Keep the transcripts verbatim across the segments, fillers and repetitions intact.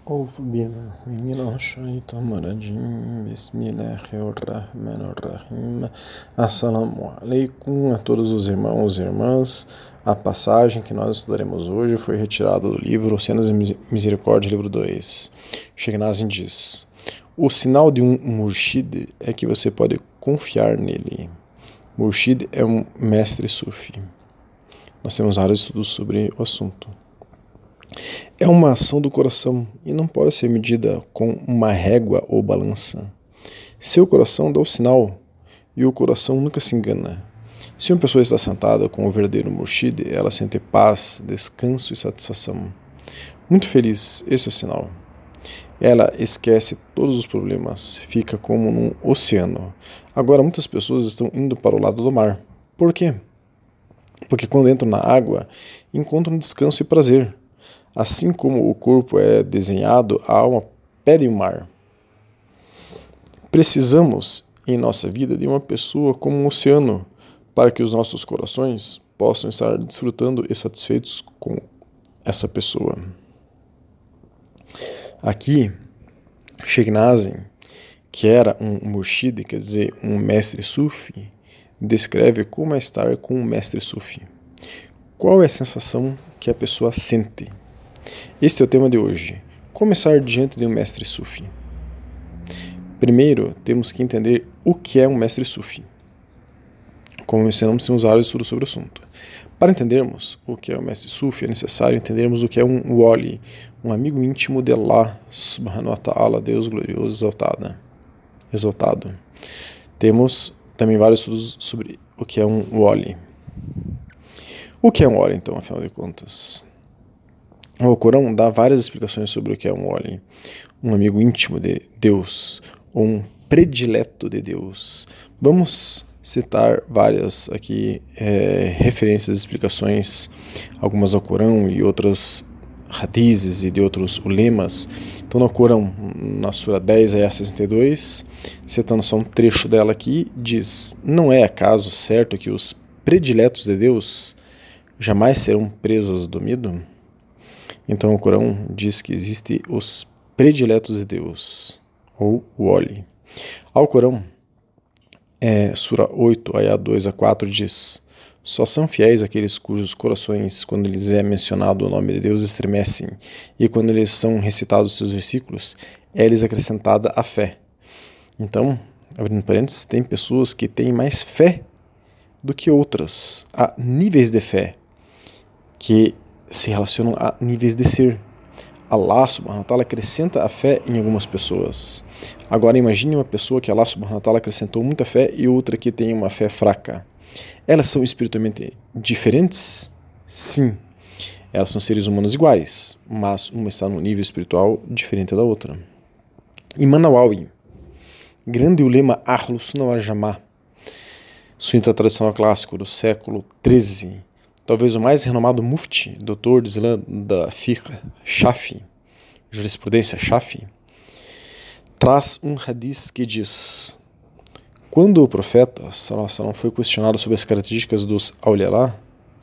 أعوذ بالله من الشيطان الرجيم بسم الله الرحمن الرحيم. Assalamu alaikum a todos os irmãos e irmãs. A passagem que nós estudaremos hoje foi retirada do livro Oceanos de Misericórdia, livro dois. Sheikh Nazim diz: o sinal de um murshid é que você pode confiar nele. Murshid é um mestre sufi. Nós temos vários estudos sobre o assunto. É uma ação do coração e não pode ser medida com uma régua ou balança. Seu coração dá o sinal e o coração nunca se engana. Se uma pessoa está sentada com o verdadeiro murshid, ela sente paz, descanso e satisfação. Muito feliz, esse é o sinal. Ela esquece todos os problemas, fica como num oceano. Agora muitas pessoas estão indo para o lado do mar. Por quê? Porque quando entram na água, encontram descanso e prazer. Assim como o corpo é desenhado, a alma pede o mar. Precisamos, em nossa vida, de uma pessoa como um oceano, para que os nossos corações possam estar desfrutando e satisfeitos com essa pessoa. Aqui, Sheikh Nazim, que era um murshid, quer dizer, um mestre sufi, descreve como é estar com um mestre sufi. Qual é a sensação que a pessoa sente? Este é o tema de hoje. Como estar diante de um mestre sufi? Primeiro, temos que entender o que é um mestre sufi. Como mencionamos, temos vários estudos sobre o assunto. Para entendermos o que é um mestre sufi, é necessário entendermos o que é um wali, um amigo íntimo de Allah, subhanahu wa ta'ala, Deus glorioso, exaltado. exaltado. Temos também vários estudos sobre o que é um wali. O que é um wali, então, afinal de contas? O Corão dá várias explicações sobre o que é um wali, um amigo íntimo de Deus, ou um predileto de Deus. Vamos citar várias aqui é, referências, explicações, algumas ao Corão e outras hadizes e de outros ulemas. Então no Corão, na Sura dez, ayah sessenta e dois, citando só um trecho dela aqui, diz: não é acaso certo que os prediletos de Deus jamais serão presas do medo? Então o Corão diz que existem os prediletos de Deus, ou wali. Ao Corão, é, Sura oito, ayah dois a quatro, diz: só são fiéis aqueles cujos corações, quando lhes é mencionado o nome de Deus, estremecem, e quando eles são recitados seus versículos, é-lhes acrescentada a fé. Então, abrindo parênteses, tem pessoas que têm mais fé do que outras. Há níveis de fé que se relacionam a níveis de ser. Allah subhanahu wa ta'ala acrescenta a fé em algumas pessoas. Agora imagine uma pessoa que Allah subhanahu wa ta'ala acrescentou muita fé e outra que tem uma fé fraca. Elas são espiritualmente diferentes? Sim. Elas são seres humanos iguais, mas uma está num nível espiritual diferente da outra. Imam Nawawi, grande ulema Ahlus Sunnah wal Jama'ah, sunita tradicional clássico do século treze, talvez o mais renomado mufti, doutor de Islã da Fiqh Shafi, jurisprudência Shafi, traz um hadith que diz: quando o profeta sallallahu alaihi wasallam foi questionado sobre as características dos awliya,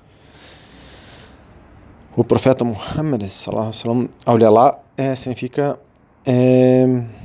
o profeta Muhammad sallallahu alaihi wasallam, awliya é, significa é,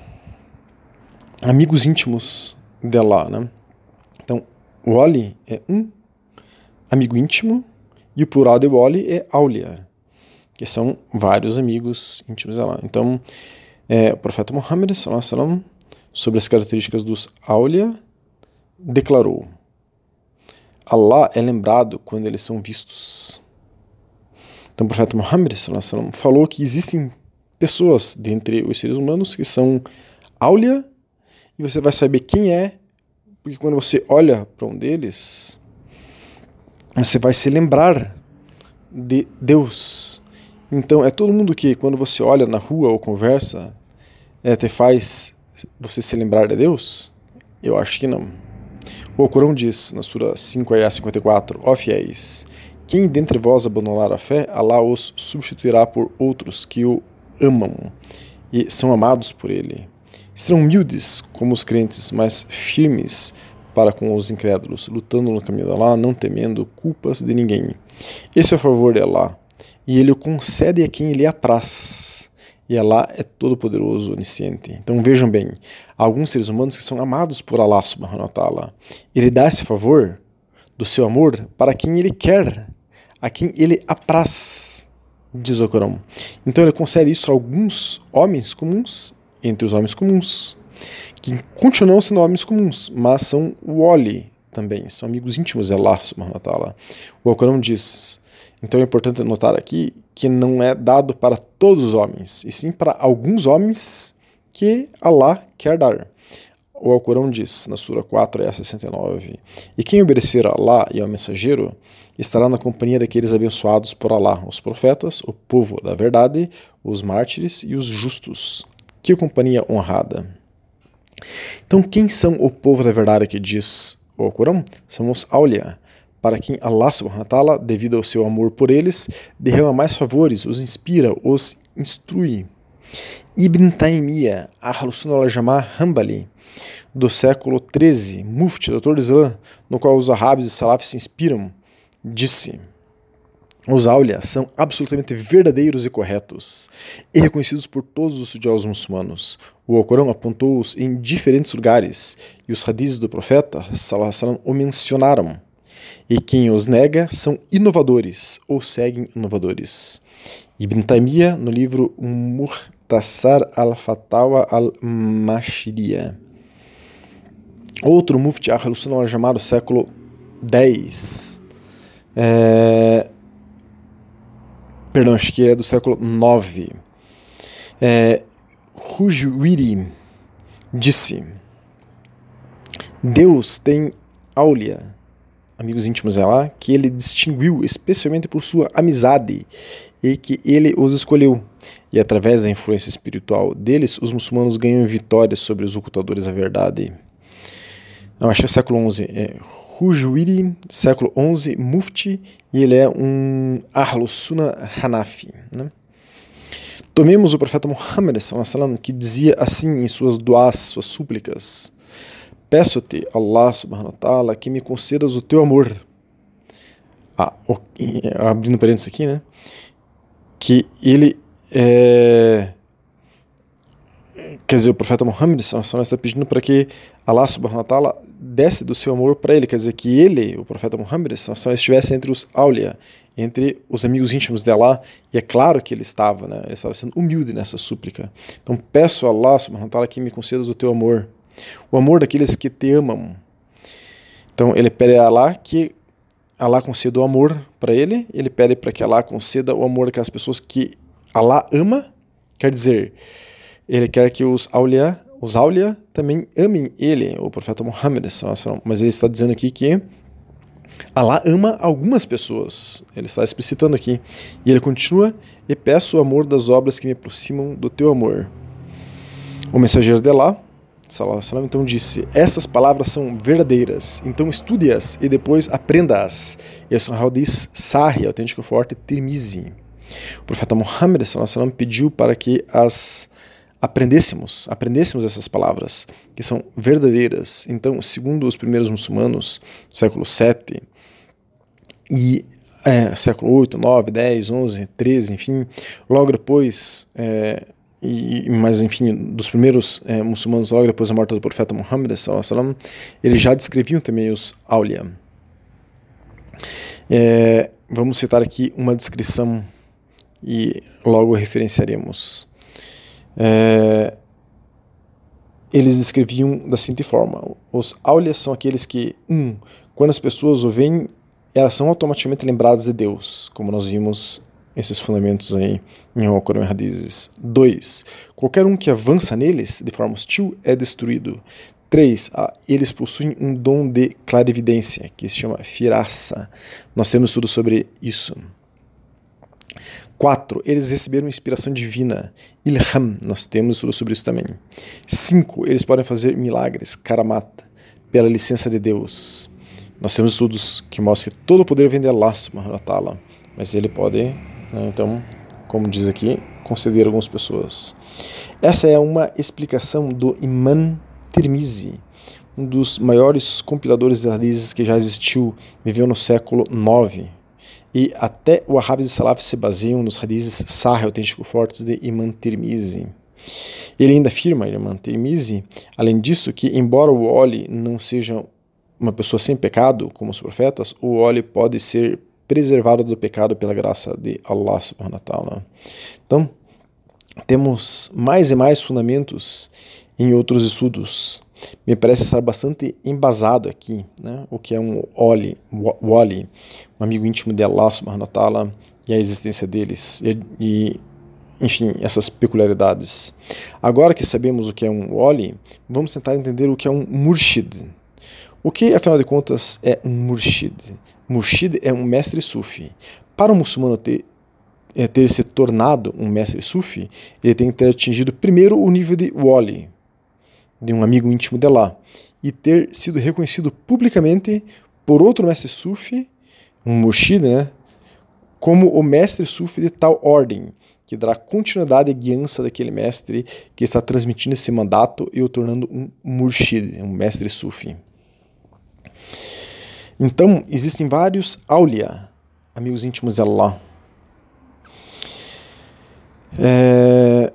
amigos íntimos de Allah, né? Então, o wali é um amigo íntimo, e o plural de wali é awliya, que são vários amigos íntimos de Allah. Então, é, o profeta Muhammad sallallahu alaihi wasallam, sobre as características dos awliya, declarou: Allah é lembrado quando eles são vistos. Então o profeta Muhammad sallallahu alaihi wasallam falou que existem pessoas dentre os seres humanos que são awliya, e você vai saber quem é, porque quando você olha para um deles, você vai se lembrar de Deus. Então é todo mundo que, quando você olha na rua ou conversa, é, te faz você se lembrar de Deus? Eu acho que não. O Corão diz, na Sura cinco, ayah cinquenta e quatro, ó fiéis, quem dentre vós abandonar a fé, Allah os substituirá por outros que o amam e são amados por ele. Serão humildes como os crentes, mas firmes para com os incrédulos, lutando no caminho de Allah, não temendo culpas de ninguém. Esse é o favor de Allah, e ele o concede a quem ele apraz. e Allah é todo-poderoso, onisciente. Então vejam bem, há alguns seres humanos que são amados por Allah subhanahu wa ta'ala. Ele dá esse favor do seu amor para quem ele quer, a quem ele apraz, diz o Corão. Então ele concede isso a alguns homens comuns, entre os homens comuns, que continuam sendo homens comuns, mas são wali também, são amigos íntimos de Allah subhanahu wa ta'ala. O Corão diz, então é importante notar aqui, que não é dado para todos os homens, e sim para alguns homens que Allah quer dar. O Alcorão diz, na Sura quatro, ayah sessenta e nove, e quem obedecer a Allah e ao mensageiro, estará na companhia daqueles abençoados por Allah, os profetas, o povo da verdade, os mártires e os justos. Que companhia honrada! Então, quem são o povo da verdade que diz o Alcorão? São os Awliya, para quem Allah subhanahu wa ta'ala, devido ao seu amor por eles, derrama mais favores, os inspira, os instrui. Ibn Taymiyyah, Ahl Sunnah wal Jama'ah Hanbali, do século treze, Mufti, doutor do Islã, no qual os Wahhabis e Salafis se inspiram, disse: os Awliya são absolutamente verdadeiros e corretos, e reconhecidos por todos os estudiosos muçulmanos. O Alcorão apontou-os em diferentes lugares, e os hadizes do profeta sallallahu alaihi wasallam o mencionaram. E quem os nega são inovadores, ou seguem inovadores. Ibn Taymiyyah, no livro Mukhtasar al-Fatawa al-Mashriya. Outro mufti Ahl Sunnah wal Jama'ah do século dez. É... Perdão, acho que é do século nove. É... Rujwiri disse: Deus tem Awliya, amigos íntimos lá, que ele distinguiu especialmente por sua amizade e que ele os escolheu. E através da influência espiritual deles, os muçulmanos ganham vitórias sobre os ocultadores da verdade. Não, acho que é século onze. É Rujwiri, século onze, Mufti, e ele é um Ahl Sunnah Hanafi. Né? Tomemos o profeta Muhammad, sallallahu alaihi wasallam, que dizia assim em suas duás, suas súplicas: peço-te, Allah subhanahu wa ta'ala, que me concedas o teu amor. Ah, abrindo parênteses aqui, né? Que ele é... Quer dizer, o profeta Muhammad sallallahu alaihi wasallam está pedindo para que Allah subhanahu wa ta'ala desse do seu amor para ele. Quer dizer, que ele, o profeta Muhammad sallallahu alaihi wasallam, estivesse entre os Awliya, entre os amigos íntimos de Allah. E é claro que ele estava, né? Ele estava sendo humilde nessa súplica. Então peço a Allah subhanahu wa ta'ala que me concedas o teu amor. O amor daqueles que te amam. Então ele pede a Allah que Allah conceda o amor para ele. Ele pede para que Allah conceda o amor daquelas pessoas que Allah ama. Quer dizer, ele quer que os Awliya, os Awliya também amem ele, o profeta Muhammad, mas ele está dizendo aqui que Allah ama algumas pessoas. Ele está explicitando aqui. E ele continua: e peço o amor das obras que me aproximam do teu amor. O mensageiro de Allah, sallallahu alaihi wasallam, então disse: essas palavras são verdadeiras, então estude-as e depois aprenda-as. Esse é um hadith Sahih, autêntico, forte, Tirmizi. O profeta Muhammad sallallahu alaihi wasallam pediu para que as aprendêssemos, aprendêssemos essas palavras, que são verdadeiras. Então, segundo os primeiros muçulmanos, século sete, e é, século oito, nove, dez, onze, treze, enfim, logo depois, é, e, mas enfim, dos primeiros é, muçulmanos, logo depois da morte do profeta Muhammad sallallahu alaihi wasallam, eles já descreviam também os Awliya. É, vamos citar aqui uma descrição e logo referenciaremos. É, eles descreviam da seguinte forma: os Awliya são aqueles que, um, quando as pessoas o veem, elas são automaticamente lembradas de Deus, como nós vimos esses fundamentos aí em Alcorão e Hadizes. Dois, qualquer um que avança neles de forma hostil é destruído. Três, eles possuem um dom de clarividência, que se chama firasa. Nós temos estudo sobre isso. Quatro, eles receberam inspiração divina, ilham, nós temos estudo sobre isso também. Cinco, eles podem fazer milagres, karamat, pela licença de Deus. Nós temos estudos que mostram que todo o poder vem de Allah subhanahu wa ta'ala, mas ele pode, né, então, como diz aqui, conceder a algumas pessoas. Essa é uma explicação do Imam Tirmizi, um dos maiores compiladores de hadizes que já existiu, viveu no século nove. e até o Wahhabis e Salafis se baseiam nos hadiths Sahih autêntico fortes de Imam Tirmizi. Ele ainda afirma, Imam Tirmizi, além disso, que embora o Wali não seja uma pessoa sem pecado, como os profetas, o Wali pode ser preservado do pecado pela graça de Allah subhanahu wa ta'ala. Então, temos mais e mais fundamentos em outros estudos. Me parece estar bastante embasado aqui, né? O que é um Wali, Wali, um amigo íntimo de Allah subhanahu wa ta'ala, e a existência deles, e, e enfim, essas peculiaridades. Agora que sabemos o que é um Wali, vamos tentar entender o que é um Murshid. O que, afinal de contas, é um Murshid? Murshid é um mestre sufi. Para um muçulmano ter, é, ter se tornado um mestre sufi, ele tem que ter atingido primeiro o nível de Wali, de um amigo íntimo de Allah, e ter sido reconhecido publicamente por outro mestre sufi, um Murshid, né, como o mestre sufi de tal ordem, que dará continuidade e guiança daquele mestre que está transmitindo esse mandato e o tornando um Murshid, um mestre sufi. Então, existem vários Awliya, amigos íntimos de Allah. É...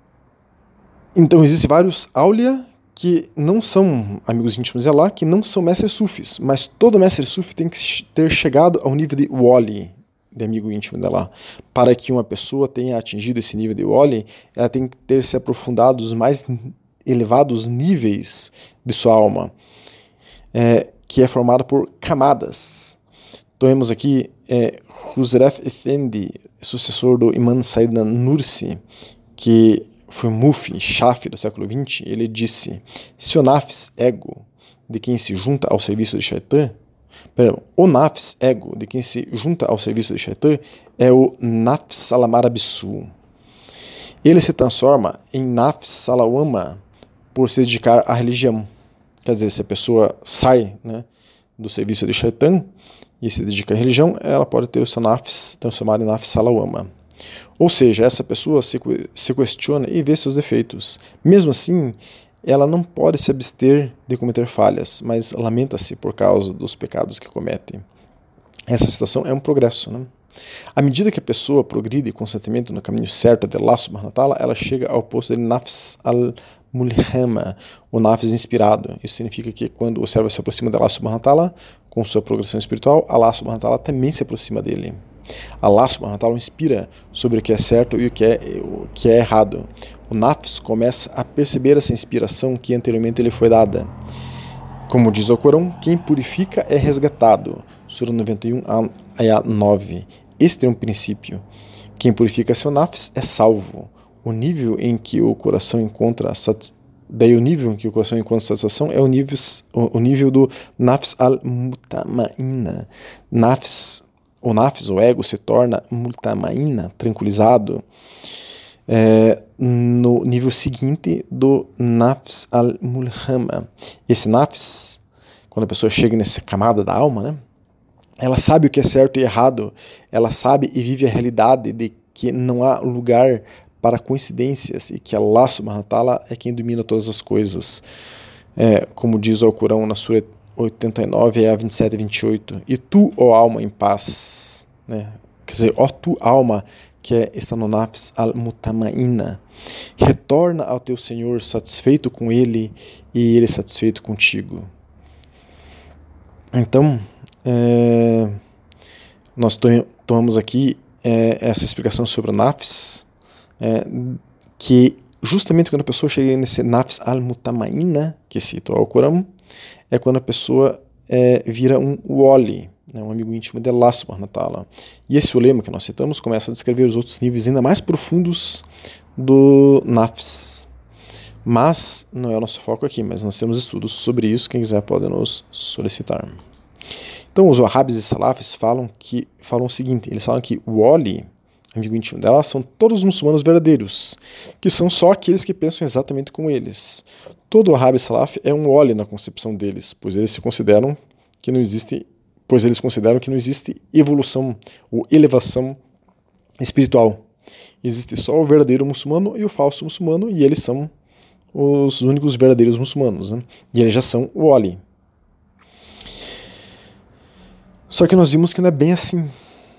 Então, existem vários Awliya que não são amigos íntimos de Allah, que não são mestres sufis, mas todo mestre sufi tem que ter chegado ao nível de Wali, de amigo íntimo de Allah. Para que uma pessoa tenha atingido esse nível de Wali, ela tem que ter se aprofundado os mais elevados níveis de sua alma, é, que é formada por camadas. Temos aqui é, Huzref Effendi, sucessor do Imam Said Nursi, que foi Mufi, Shafi do século vinte. Ele disse: se o nafs, ego, de quem se junta ao serviço de Shaitan, perdão, o nafs, ego, de quem se junta ao serviço de Shaitan, é o nafs salamarabisu. Ele se transforma em nafs salawama por se dedicar à religião. Quer dizer, se a pessoa sai, né, do serviço de Shaitan e se dedica à religião, ela pode ter o seu nafs transformado em nafs salawama. Ou seja, essa pessoa se, se questiona e vê seus defeitos. Mesmo assim, ela não pode se abster de cometer falhas, mas lamenta-se por causa dos pecados que comete. Essa situação é um progresso, né? À medida que a pessoa progride constantemente no caminho certo de Allah subhanahu wa ta'ala, ela chega ao posto de nafs al-mulhama, o nafs inspirado. Isso significa que quando o servo se aproxima de Allah subhanahu wa ta'ala, com sua progressão espiritual, Allah subhanahu wa ta'ala também se aproxima dele. Allah subhanahu wa ta'ala inspira sobre o que é certo e o que é, o que é errado. O nafs começa a perceber essa inspiração que anteriormente lhe foi dada. Como diz o Corão, quem purifica é resgatado. Sura noventa e um, ayah nove. Este é um princípio. Quem purifica seu nafs é salvo. O nível em que o coração encontra satisfação, daí o nível em que o coração encontra satisfação é o nível, o nível do nafs al-mutamaina. Nafs, o nafs, o ego, se torna mutamaina, tranquilizado, é, no nível seguinte do nafs al-mulhama. Esse nafs, quando a pessoa chega nessa camada da alma, né, ela sabe o que é certo e errado, ela sabe e vive a realidade de que não há lugar para coincidências e que Allah subhanahu wa ta'ala é quem domina todas as coisas. É, como diz o Corão na Sura oitenta e nove, a vinte e sete e vinte e oito. E tu, ó alma em paz, né? Quer dizer, ó tu alma que é, está no nafs al-mutamaina, retorna ao teu Senhor satisfeito com Ele e Ele satisfeito contigo. Então, é, nós tomamos aqui é, essa explicação sobre o nafs, é, que justamente quando a pessoa chega nesse nafs al-mutamaina, que cita o Alcorão, é quando a pessoa é, vira um wali, né, um amigo íntimo de Allah subhanahu wa ta'ala. E esse ulema que nós citamos começa a descrever os outros níveis ainda mais profundos do nafs. Mas não é o nosso foco aqui, mas nós temos estudos sobre isso, quem quiser pode nos solicitar. Então os Wahhabis e Salafis falam, que, falam o seguinte, eles falam que o wali, amigo íntimo dela, são todos os muçulmanos verdadeiros, que são só aqueles que pensam exatamente como eles. Todo Wahhabi e Salaf é um wali na concepção deles, pois eles se consideram que não existe, pois eles consideram que não existe evolução ou elevação espiritual. Existe só o verdadeiro muçulmano e o falso muçulmano, e eles são os únicos verdadeiros muçulmanos, né? E eles já são wali. Só que nós vimos que não é bem assim.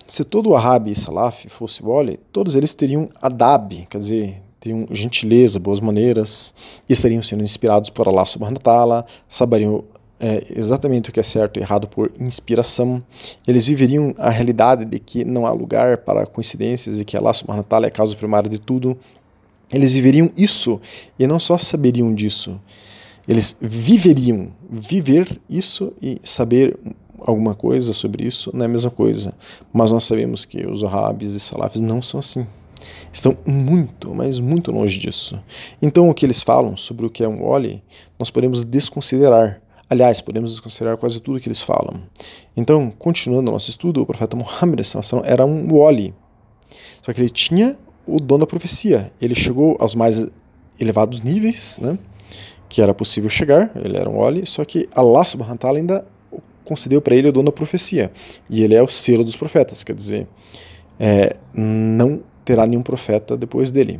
se todo o Wahhabi e Salaf fosse Wali, todos eles teriam adab, quer dizer, teriam gentileza, boas maneiras, e estariam sendo inspirados por Allah subhanahu wa ta'ala, saberiam é, exatamente o que é certo e errado por inspiração. Eles viveriam a realidade de que não há lugar para coincidências e que Allah subhanahu wa ta'ala é a causa primária de tudo. Eles viveriam isso e não só saberiam disso, eles viveriam. Viver isso e saber alguma coisa sobre isso não é a mesma coisa. Mas nós sabemos que os Wahhabis e Salafis não são assim. Estão muito, mas muito longe disso. Então o que eles falam sobre o que é um Wali, nós podemos desconsiderar. Aliás, podemos desconsiderar quase tudo que eles falam. Então, continuando o nosso estudo, o profeta Muhammad era um Wali. Só que ele tinha o dom da profecia. Ele chegou aos mais elevados níveis, né, que era possível chegar. Ele era um Wali, só que Allah subhanahu wa ta'ala ainda concedeu para ele o dom da profecia. E ele é o selo dos profetas, quer dizer, é, não terá nenhum profeta depois dele.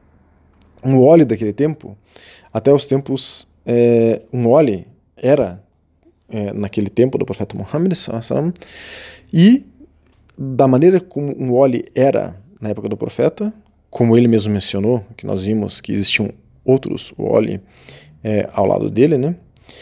Um Wali daquele tempo, até os tempos, é, um Wali era, é, naquele tempo do profeta Muhammad, e da maneira como um Wali era na época do profeta, como ele mesmo mencionou, que nós vimos que existiam outros Wali é, ao lado dele, né?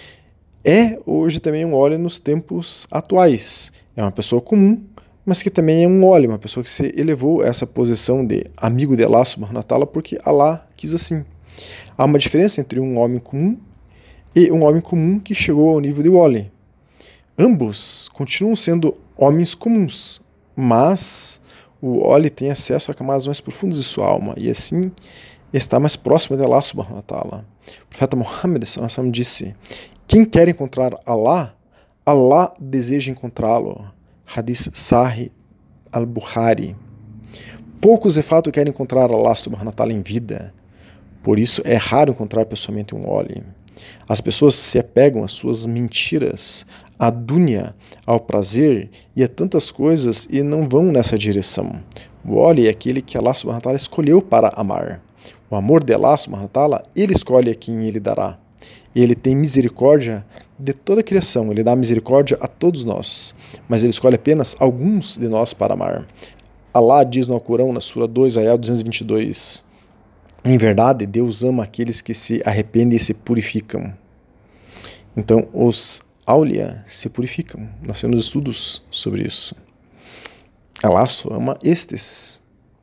É hoje também um Wali nos tempos atuais. É uma pessoa comum, mas que também é um Wali, uma pessoa que se elevou a essa posição de amigo de Allah subhanahu wa ta'ala porque Allah quis assim. Há uma diferença entre um homem comum e um homem comum que chegou ao nível de Wali. Ambos continuam sendo homens comuns, mas o Wali tem acesso a camadas mais profundas de sua alma e assim está mais próximo de Allah subhanahu wa ta'ala. O profeta Muhammad sallallahu alaihi wasallam disse: quem quer encontrar Allah, Allah deseja encontrá-lo. Hadith Sahih al-Bukhari. Poucos de fato querem encontrar Allah subhanahu wa ta'ala em vida. Por isso é raro encontrar pessoalmente um Wali. As pessoas se apegam às suas mentiras, à dunya, ao prazer e a tantas coisas e não vão nessa direção. O Wali é aquele que Allah subhanahu wa ta'ala escolheu para amar. O amor de Allah subhanahu wa ta'ala, ele escolhe a quem ele dará. Ele tem misericórdia de toda a criação, ele dá misericórdia a todos nós, mas ele escolhe apenas alguns de nós para amar. Allah diz no Alcorão, na Sura dois, Ayah duzentos e vinte e dois, em verdade, Deus ama aqueles que se arrependem e se purificam. Então, os Aulia se purificam. Nós temos estudos sobre isso. Allah só ama estes.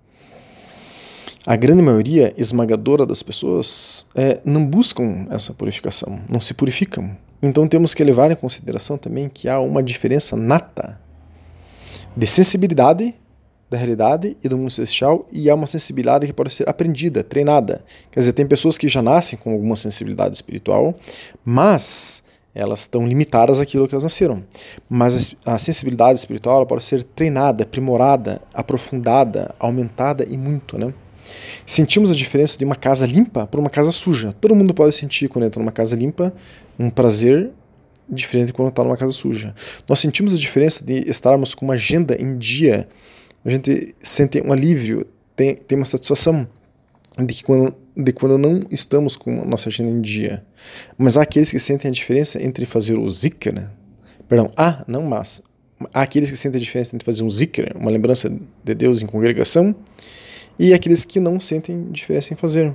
A grande maioria esmagadora das pessoas é, não buscam essa purificação, não se purificam. Então temos que levar em consideração também que há uma diferença nata de sensibilidade da realidade e do mundo celestial, e há uma sensibilidade que pode ser aprendida, treinada. Quer dizer, tem pessoas que já nascem com alguma sensibilidade espiritual, mas elas estão limitadas àquilo que elas nasceram. Mas a sensibilidade espiritual ela pode ser treinada, aprimorada, aprofundada, aumentada e muito, né? Sentimos a diferença de uma casa limpa por uma casa suja. Todo mundo pode sentir, quando entra numa casa limpa, um prazer diferente de quando está numa casa suja. Nós sentimos a diferença de estarmos com uma agenda em dia. A gente sente um alívio, tem, tem uma satisfação de que quando, de quando não estamos com a nossa agenda em dia. Mas há aqueles que sentem a diferença entre fazer o zikr, perdão, ah, não mas, há aqueles que sentem a diferença entre fazer um zikr, uma lembrança de Deus em congregação, e aqueles que não sentem diferença em fazer.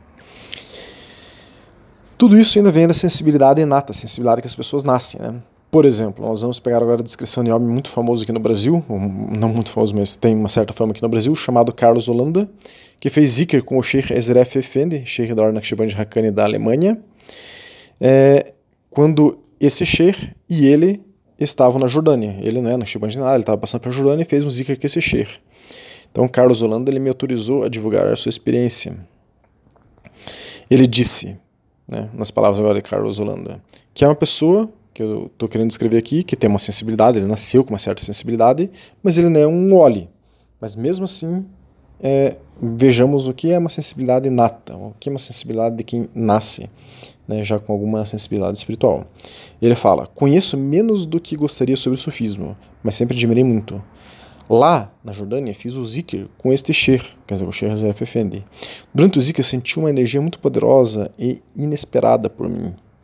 Tudo isso ainda vem da sensibilidade inata, a sensibilidade que as pessoas nascem, né? Por exemplo, nós vamos pegar agora a descrição de um homem muito famoso aqui no Brasil, não muito famoso, mas tem uma certa fama aqui no Brasil, chamado Carlos Holanda, que fez zikr com o Sheikh Ezref Effendi, Sheikh da Ordem Naqshbandi Haqqani da Alemanha, é, quando esse Sheikh e ele estavam na Jordânia. Ele não é Naqshbandi nada, ele estava passando pela Jordânia e fez um zikr com esse Sheikh. Então, Carlos Holanda ele me autorizou a divulgar a sua experiência. Ele disse, né, nas palavras agora de Carlos Holanda, que é uma pessoa que eu estou querendo descrever aqui, que tem uma sensibilidade, ele nasceu com uma certa sensibilidade, mas ele não é um Wali. Mas mesmo assim, é, vejamos o que é uma sensibilidade inata, o que é uma sensibilidade de quem nasce, né, já com alguma sensibilidade espiritual. Ele fala, conheço menos do que gostaria sobre o sufismo, mas sempre admirei muito. Lá, na Jordânia, fiz o zikr com este Sheikh, quer dizer, o Sheikh Ezref Effendi. Durante o zikr, eu senti uma energia muito poderosa e inesperada por mim.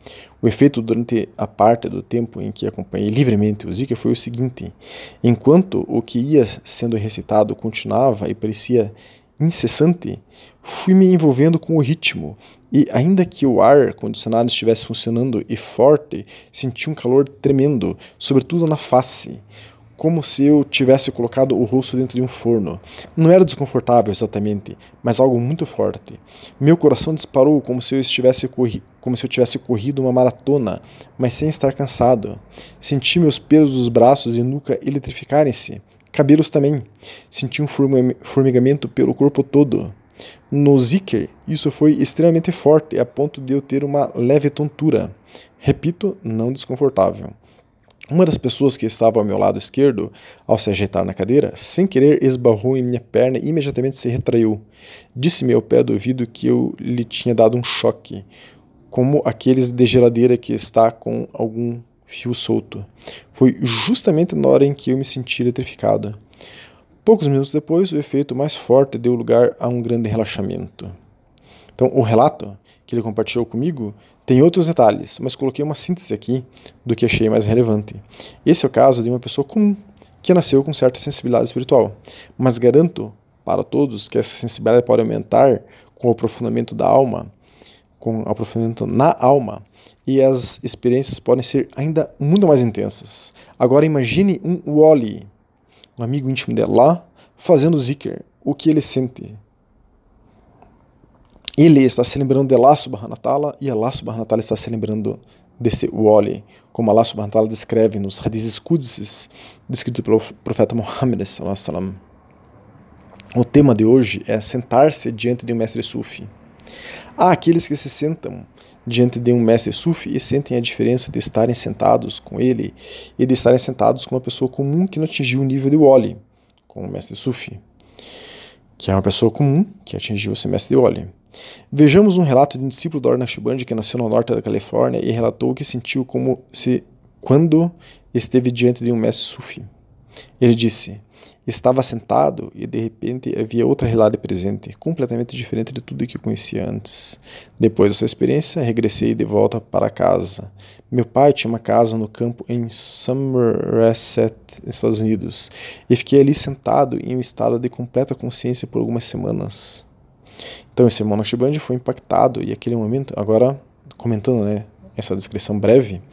O efeito durante a parte do tempo em que acompanhei livremente o Zikr foi o seguinte: enquanto o que ia sendo recitado continuava e parecia incessante, fui me envolvendo com o ritmo, e ainda que o ar condicionado estivesse funcionando e forte, senti um calor tremendo, sobretudo na face, como se eu tivesse colocado o rosto dentro de um forno. Não era desconfortável exatamente, mas algo muito forte. Meu coração disparou como se eu estivesse corri como se eu tivesse corrido uma maratona, mas sem estar cansado. Senti meus pelos dos braços e nuca eletrificarem-se. Cabelos também. Senti um formigamento pelo corpo todo. No Zikr, isso foi extremamente forte, a ponto de eu ter uma leve tontura. Repito, não desconfortável. Uma das pessoas que estava ao meu lado esquerdo, ao se ajeitar na cadeira, sem querer esbarrou em minha perna e imediatamente se retraiu. Disse-me ao pé do ouvido que eu lhe tinha dado um choque, como aqueles de geladeira que está com algum fio solto. Foi justamente na hora em que eu me senti eletrificado. Poucos minutos depois, o efeito mais forte deu lugar a um grande relaxamento. Então, o relato que ele compartilhou comigo tem outros detalhes, mas coloquei uma síntese aqui do que achei mais relevante. Esse é o caso de uma pessoa comum, que nasceu com certa sensibilidade espiritual, mas garanto para todos que essa sensibilidade pode aumentar com o aprofundamento da alma, com o aprofundamento na alma, e as experiências podem ser ainda muito mais intensas. Agora imagine um wali, um amigo íntimo de Allah, fazendo zikr, o que ele sente. Ele está se lembrando de Allah subhanahu wa ta'ala e Allah subhanahu wa ta'ala está se lembrando desse wali, como Allah subhanahu wa ta'ala descreve nos hadiths qudsis, descrito pelo profeta Muhammad sallallahu alaihi wasallam. O tema de hoje é sentar-se diante de um mestre sufi. Há aqueles que se sentam diante de um mestre sufi e sentem a diferença de estarem sentados com ele e de estarem sentados com uma pessoa comum que não atingiu o nível de wali, com o mestre sufi, que é uma pessoa comum que atingiu esse mestre de wali. Vejamos um relato de um discípulo da Ordem Naqshbandi que nasceu no norte da Califórnia e relatou o que sentiu como se quando esteve diante de um mestre sufi. Ele disse: estava sentado e de repente havia outra realidade presente, completamente diferente de tudo que eu conhecia antes. Depois dessa experiência, regressei de volta para casa. Meu pai tinha uma casa no campo em Somerset, Estados Unidos, e fiquei ali sentado em um estado de completa consciência por algumas semanas. Então esse irmão Naqshbandi foi impactado e aquele momento, agora comentando, né, essa descrição breve,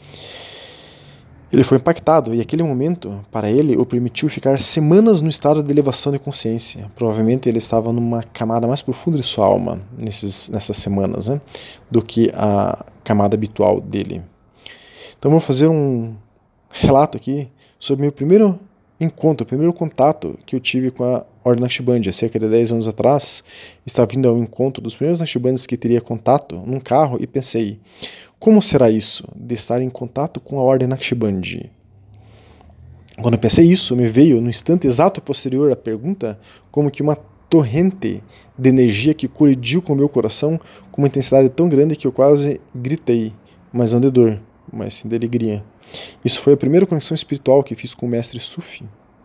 ele foi impactado e aquele momento, para ele, o permitiu ficar semanas no estado de elevação de consciência. Provavelmente ele estava numa camada mais profunda de sua alma nesses, nessas semanas, né, do que a camada habitual dele. Então vou fazer um relato aqui sobre meu primeiro encontro, o primeiro contato que eu tive com a Ordem Naqshbandi. Há cerca de dez anos atrás, estava vindo ao encontro dos primeiros Naqshbandis que teria contato num carro e pensei: como será isso, de estar em contato com a Ordem Naqshbandi? Quando eu pensei isso, me veio, no instante exato posterior à pergunta, como que uma torrente de energia que colidiu com o meu coração com uma intensidade tão grande que eu quase gritei, mas não de dor, mas sim de alegria. Isso foi a primeira conexão espiritual que fiz com o mestre Sufi.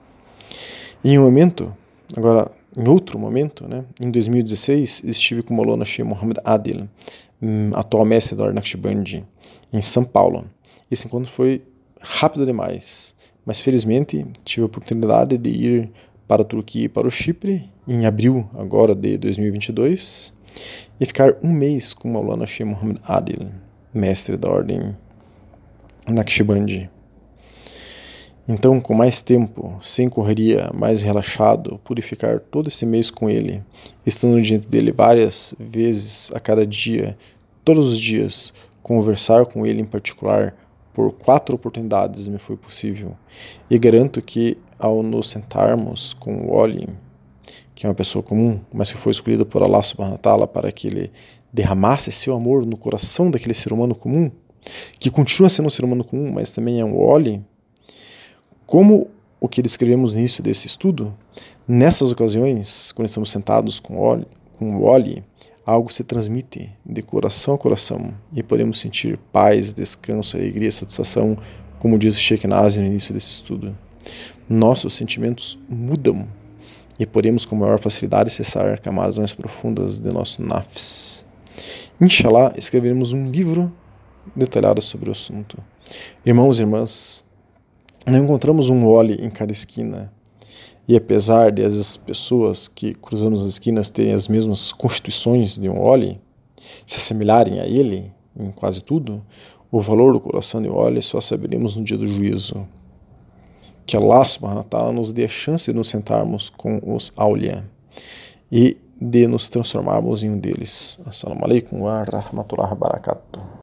E em um momento, agora em outro momento, né, em dois mil e dezesseis, estive com o Maulana Sheikh Muhammad Adil, atual mestre da Ordem Naqshbandi, em São Paulo. Esse encontro foi rápido demais, mas felizmente tive a oportunidade de ir para a Turquia e para o Chipre em abril agora de dois mil e vinte e dois e ficar um mês com o Maulana Sheikh Muhammad Adil, mestre da Ordem Naqshbandi. Então, com mais tempo, sem correria, mais relaxado, pude ficar todo esse mês com ele, estando diante dele várias vezes a cada dia, todos os dias, conversar com ele em particular, por quatro oportunidades me foi possível. E garanto que, ao nos sentarmos com o wali, que é uma pessoa comum, mas que foi escolhido por Allah subhanahu wa ta'ala para que ele derramasse seu amor no coração daquele ser humano comum, que continua sendo um ser humano comum, mas também é um wali, como o que descrevemos no início desse estudo, nessas ocasiões, quando estamos sentados com o wali, algo se transmite de coração a coração e podemos sentir paz, descanso, alegria, satisfação, como diz Sheikh Nazi no início desse estudo. Nossos sentimentos mudam e podemos com maior facilidade acessar camadas mais profundas de nosso nafs. Inshallah, escreveremos um livro detalhadas sobre o assunto. Irmãos e irmãs, não encontramos um Wali em cada esquina. E apesar de as pessoas que cruzamos as esquinas terem as mesmas constituições de um Wali, se assemelharem a ele em quase tudo, o valor do coração de Wali só saberemos no dia do juízo. Que Allah subhanahu wa ta'ala nos dê a chance de nos sentarmos com os Awliya e de nos transformarmos em um deles. Assalamu alaikum wa rahmatullahi wa barakatuh.